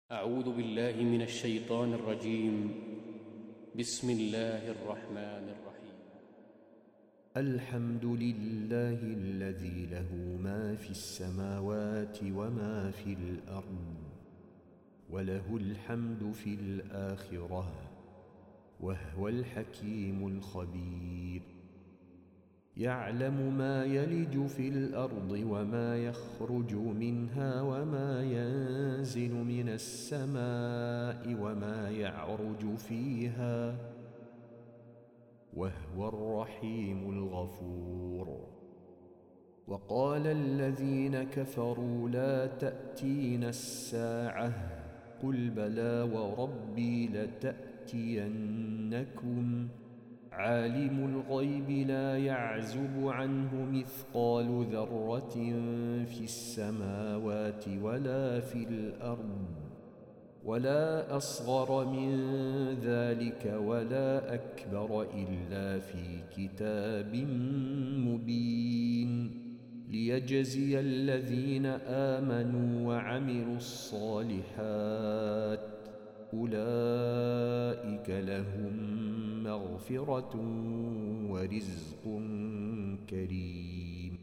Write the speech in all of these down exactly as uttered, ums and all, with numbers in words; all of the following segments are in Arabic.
أعوذ بالله من الشيطان الرجيم. بسم الله الرحمن الرحيم. الحمد لله الذي له ما في السماوات وما في الأرض وله الحمد في الآخرة وهو الحكيم الخبير. يعلم ما يلج في الأرض وما يخرج منها وما ينزل من السماء وما يعرج فيها وهو الرحيم الغفور. وقال الذين كفروا لا تأتينا الساعة قل بلى وربي لتأتينكم عالم الغيب لا يعزب عنه مثقال ذرة في السماوات ولا في الأرض ولا أصغر من ذلك ولا أكبر إلا في كتاب مبين ليجزي الذين آمنوا وعملوا الصالحات أولئك لهم مغفرة ورزق كريم.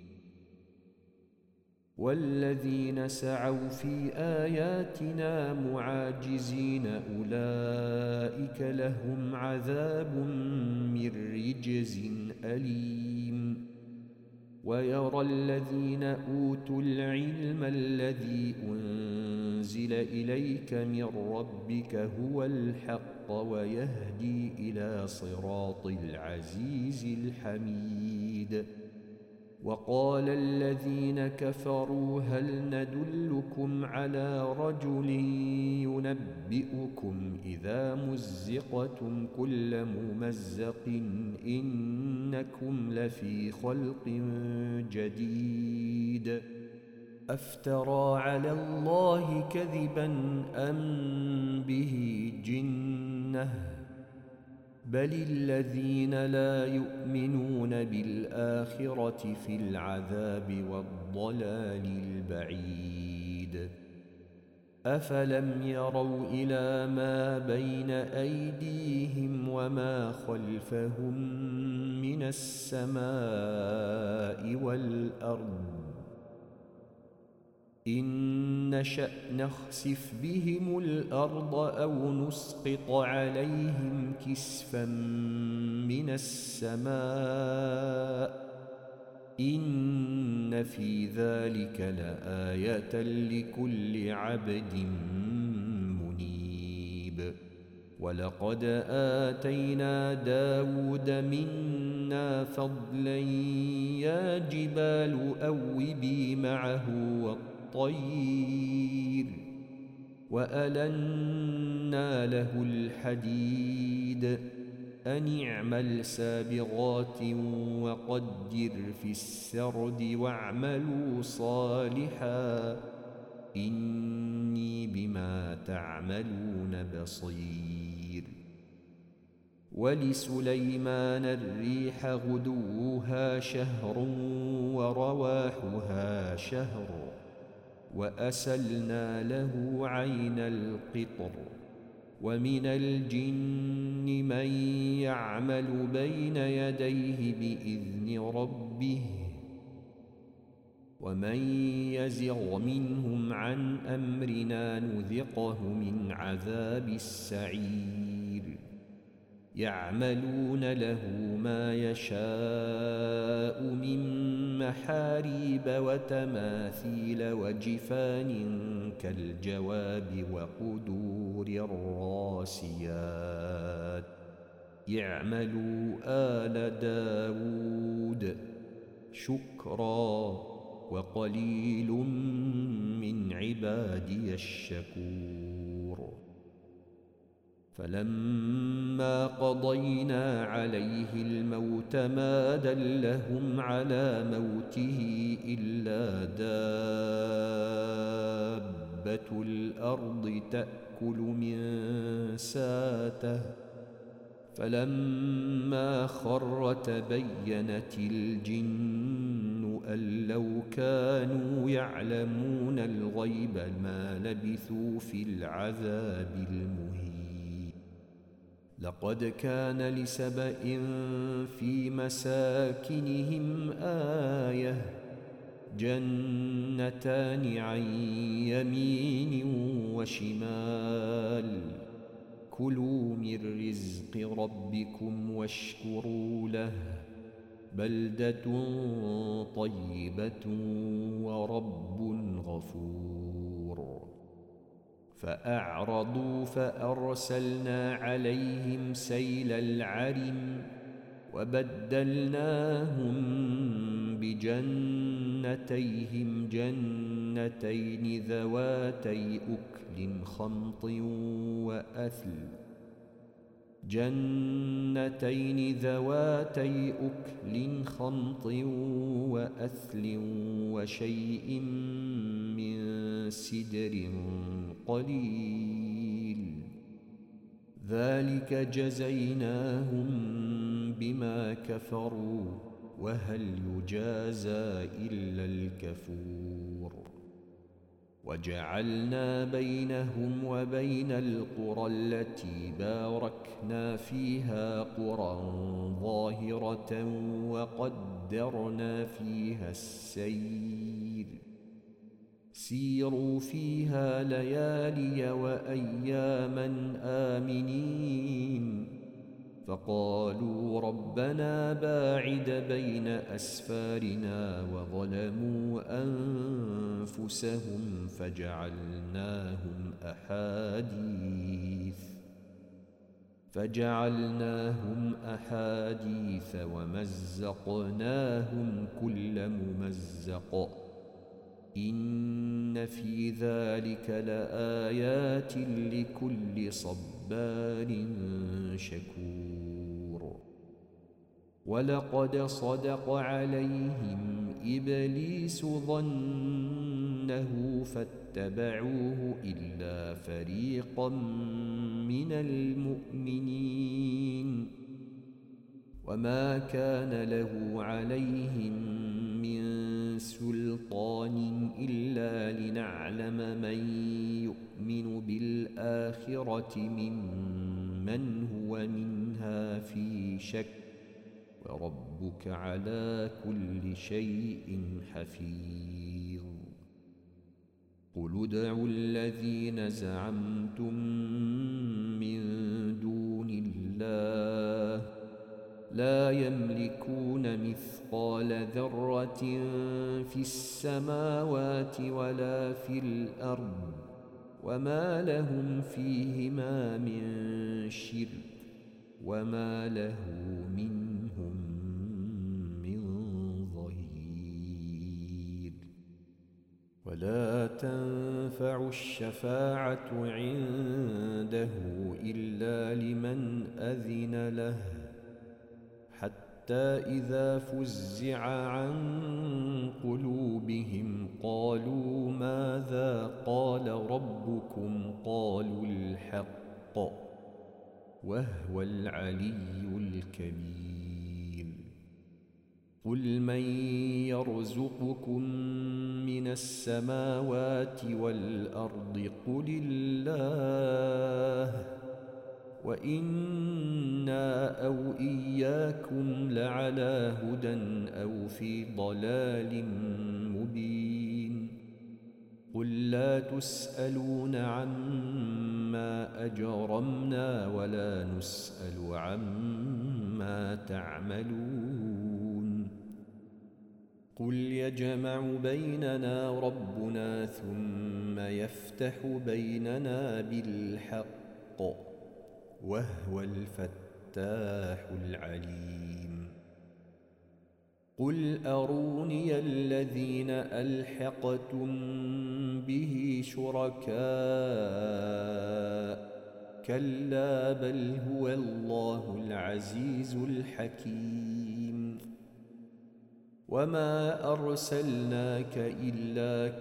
والذين سعوا في آياتنا معاجزين أولئك لهم عذاب من رجز أليم. ويرى الذين أوتوا العلم الذي أنزل إليك من ربك هو الحق ويهدي إلى صراط العزيز الحميد. وقال الذين كفروا هل ندلكم على رجل ينبئكم إذا مزقتم كل ممزق إنكم لفي خلق جديد أفترى على الله كذبا أم به جنة بل الذين لا يؤمنون بالآخرة في العذاب والضلال البعيد. أفلم يروا إلى ما بين أيديهم وما خلفهم من السماء والأرض إن نشأ نخسف بهم الأرض أو نسقط عليهم كسفا من السماء إن في ذلك لآية لكل عبد منيب. ولقد آتينا داود منا فضلا يا جبال أوبي معه والطير وألنا له الحديد أن اعمل سابغات وقدر في السرد واعملوا صالحا إني بما تعملون بصير. ولسليمان الريح غدوها شهر ورواحها شهر وأسلنا له عين القطر. ومن الجن من يعمل بين يديه بإذن ربه ومن يزغ منهم عن أمرنا نذقه من عذاب السعير. يعملون له ما يشاء من محاريب وتماثيل وجفان كالجواب وقدور الراسيات يعملوا آل داود شكرا وقليل من عبادي الشكور. فلما قضينا عليه الموت ما دلهم على موته إلا دابة الأرض تأكل من ساته فلما خر تبينت الجن أن لو كانوا يعلمون الغيب ما لبثوا في العذاب المهين. لقد كان لسبإ في مساكنهم آية، جنتان عن يمين وشمال، كلوا من رزق ربكم واشكروا له، بلدة طيبة ورب غفور. فأعرضوا فأرسلنا عليهم سيل العرم، وبدلناهم بجنتيهم جنتين ذواتي أكل خمط وأثل جنتين ذواتي أكل خمط وأثل وشيء من سدر قليل، ذلك جزيناهم بما كفروا، وهل يجازى إلا الكفور. وجعلنا بينهم وبين القرى التي باركنا فيها قرى ظاهرة وقدرنا فيها السير، سيروا فيها ليالي وأياما آمنين. فقالوا ربنا باعد بين أسفارنا، وظلموا أنفسهم فجعلناهم أحاديث فجعلناهم أحاديث ومزقناهم كل ممزق، إن في ذلك لآيات لكل صبار شكور. ولقد صدق عليهم إبليس ظنه فاتبعوه إلا فريقا من المؤمنين، وما كان له عليهم من سلطان إلا لنعلم من يؤمن بالآخرة ممن هو منها في شك، وربك على كل شيء حفيظ. قل ادعوا الذين زعمتم من دون الله لا يملكون مثقال ذرة في السماوات ولا في الأرض، وما لهم فيهما من شرك، وما له منهم من ظهير. ولا تنفع الشفاعة عنده إلا لمن أذن له، حتى إذا فزع عن قلوبهم قالوا ماذا قال ربكم، قالوا الحق، وهو العلي الكبير. قل من يرزقكم من السماوات والأرض، قل الله، وإنا أو إياكم لعلى هدى أو في ضلال مبين. قل لا تسألون عما أجرمنا ولا نسأل عما تعملون. قل يجمع بيننا ربنا ثم يفتح بيننا بالحق، وهو الفتاح العليم. قل أروني الذين ألحقتم به شركاء، كلا بل هو الله العزيز الحكيم. وما أرسلناك إلا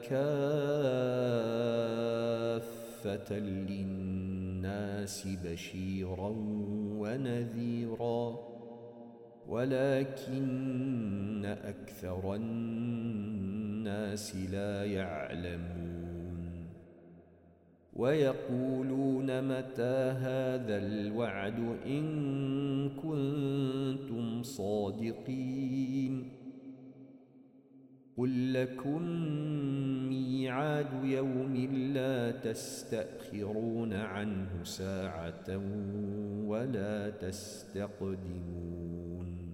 كافة للناس بشيرا ونذيرا، ولكن أكثر الناس لا يعلمون. ويقولون متى هذا الوعد إن كنتم صادقين. قل لكم ميعاد يوم لا تستأخرون عنه ساعة ولا تستقدمون.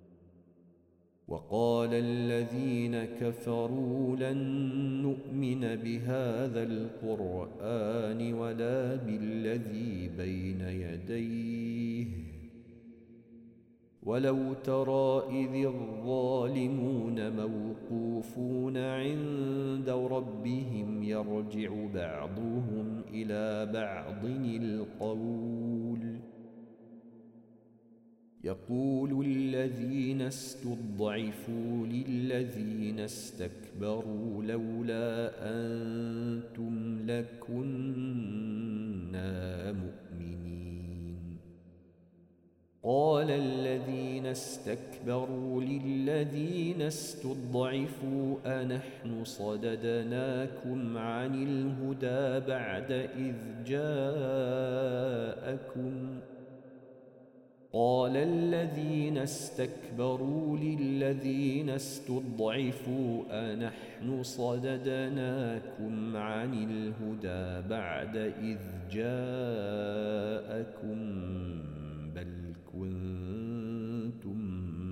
وقال الذين كفروا لن نؤمن بهذا القرآن ولا بالذي بين يديه ولو ترى إذ الظالمون موقوفون عند ربهم يرجع بعضهم إلى بعض القول يقول الذين استضعفوا للذين استكبروا لولا أنتم لكنا مؤمنين. قال الذين استكبروا للذين استضعفوا أنحن صددناكم عن الهدى بعد إذ جاءكم قال الذين استكبروا للذين استضعفوا أنحن صددناكم عن الهدى بعد إذ جاءكم بل كنتم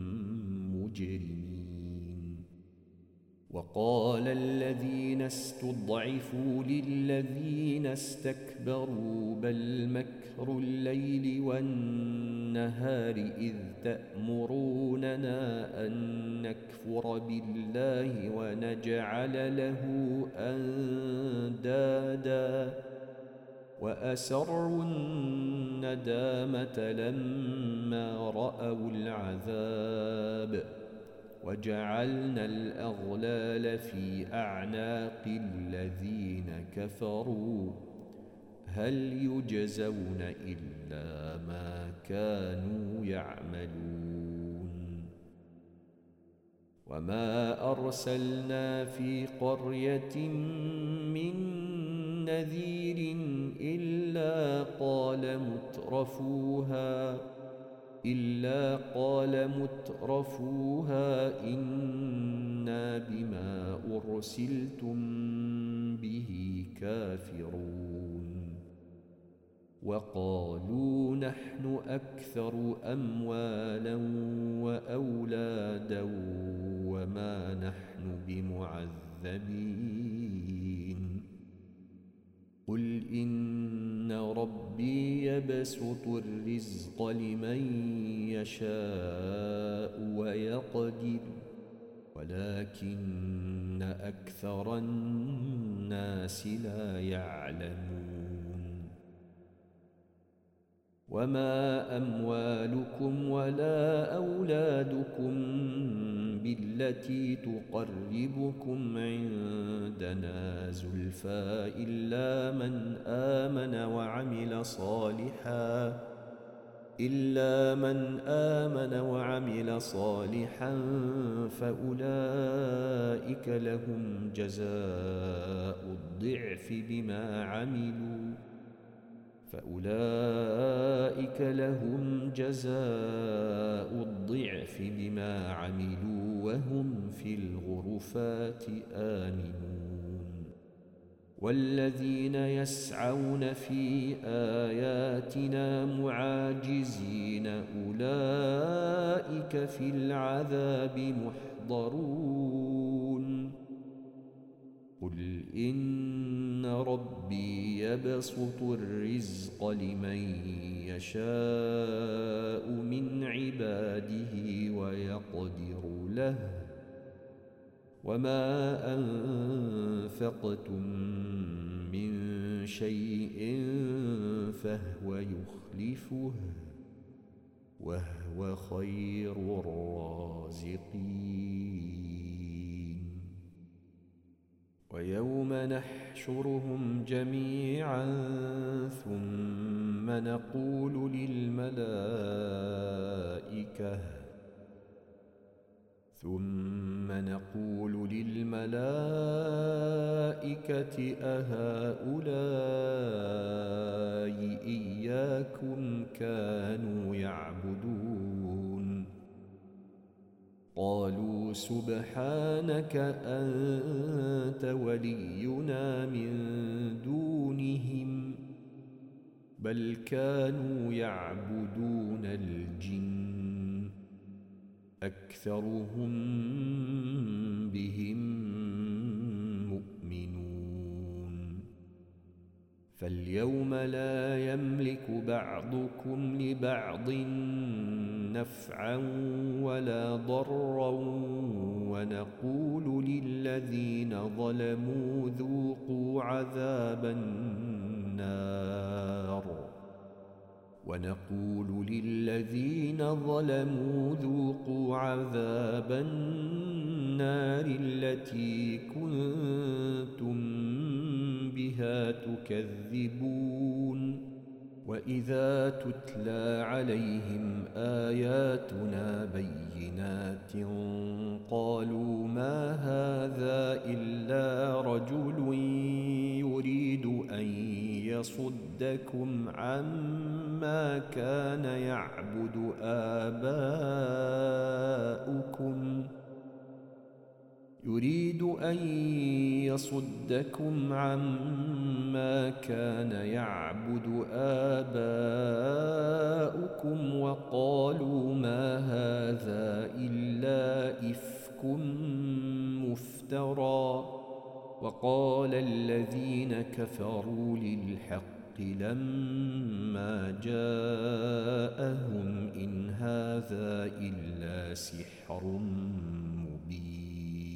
مجرمين. وقال الذين استضعفوا للذين استكبروا بل مكر الليل والنهار إذ تأمروننا أن نكفر بالله ونجعل له أندادا وأسروا الندامة لما رأوا العذاب وجعلنا الأغلال في أعناق الذين كفروا هل يجزون إلا ما كانوا يعملون. وما أرسلنا في قرية من نذير إلا قال مترفوها إلا قال مترفوها إنا بما أرسلتم به كافرون. وقالوا نحن أكثر أموالا وأولادا وما نحن بمعذبين. قل إن ربي يبسط الرزق لمن يشاء ويقدر ولكن أكثر الناس لا يعلمون. وما أموالكم ولا أولادكم بالتي تقربكم عندنا زلفى إلا من آمن وعمل صالحا إلا من آمن وعمل صالحا فأولئك لهم جزاء الضعف بما عملوا فأولئك لهم جزاء الضعف بما عملوا وهم في الغرفات آمنون. والذين يسعون في آياتنا معاجزين أولئك في العذاب محضرون. قل إن ربي يبسط الرزق لمن يشاء من عباده ويقدر له وما أنفقتم من شيء فهو يخلفه وهو خير الرازقين. ويوم نحشرهم جميعا ثم نقول للملائكة ثم نقول للملائكة أهؤلاء إياكم كانوا يعبدون؟ قالوا سبحانك أنت ولينا من دونهم بل كانوا يعبدون الجن أكثرهم بهم مؤمنون. فاليوم لا يملك بعضكم لبعض نفعا ولا ضرا ونقول للذين ظلموا ذوقوا عذاب النار ونقول للذين ظلموا ذوقوا عذاب النار التي كنتم بها تكذبون. وإذا تتلى عليهم آياتنا بينات قالوا ما هذا إلا رجل يريد أن يصدكم عما كان يعبد آباؤكم يريد أن يصدكم عما كان يعبد آباؤكم وقالوا ما هذا إلا إفك مفترى. وقال الذين كفروا للحق لما جاءهم إن هذا إلا سحر مبين.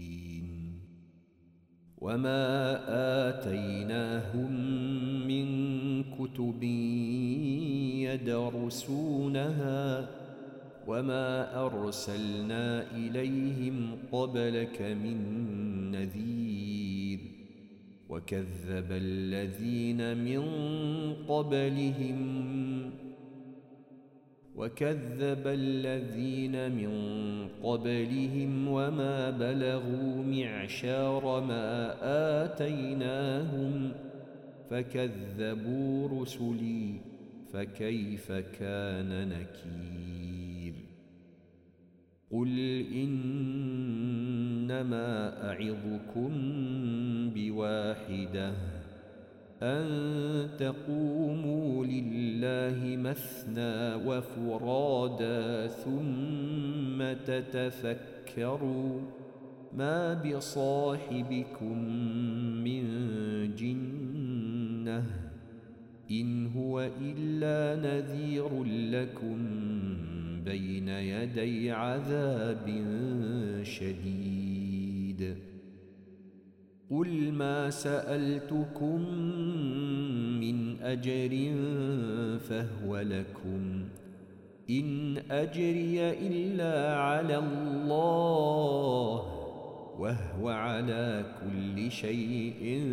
وما آتيناهم من كتب يدرسونها وما أرسلنا إليهم قبلك من نذير. وكذب الذين من قبلهم وكذب الذين من قبلهم وما بلغوا معشار ما آتيناهم فكذبوا رسلي فكيف كان نكير. قل إنما أعظكم بواحدة أن تقوموا لله مثنى وفرادا ثم تتفكروا ما بصاحبكم من جنة إن هو إلا نذير لكم بين يدي عذاب شديد. قل ما سألتكم من أجر فهو لكم إن أجري إلا على الله وهو على كل شيء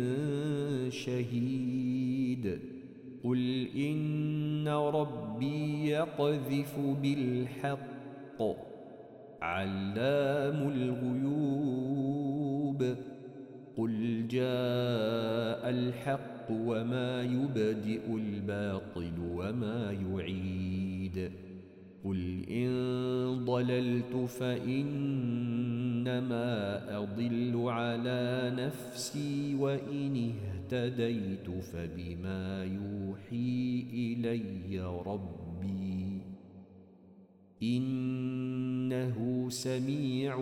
شهيد. قل إن ربي يقذف بالحق علام الغيوب. قل جاء الحق وما يبدئ الباطل وما يعيد. قل إن ضللت فإنما أضل على نفسي وإن اهتديت فبما يوحي إلي ربي إنه سميع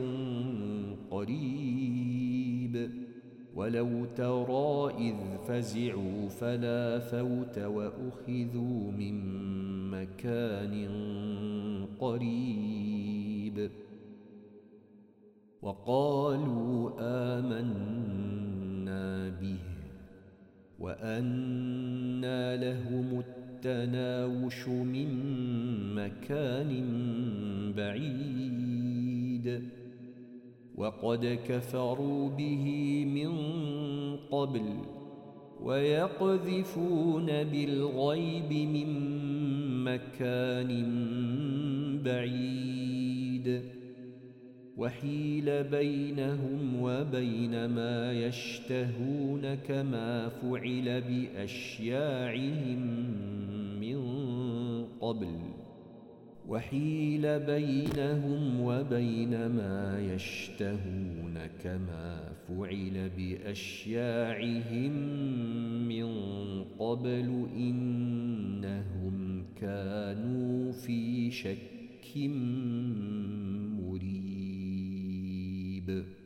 قريب. ولو ترى إذ فزعوا فلا فوت وأخذوا من مكان قريب وقالوا آمنا به وأنى لهم التناوش من مكان بعيد وقد كفروا به من قبل ويقذفون بالغيب من مكان بعيد وحيل بينهم وبين ما يشتهون كما فعل بأشياعهم من قبل وحيل بينهم وبين ما يشتهون كما فعل بأشياعهم من قبل إنهم كانوا في شك مريب.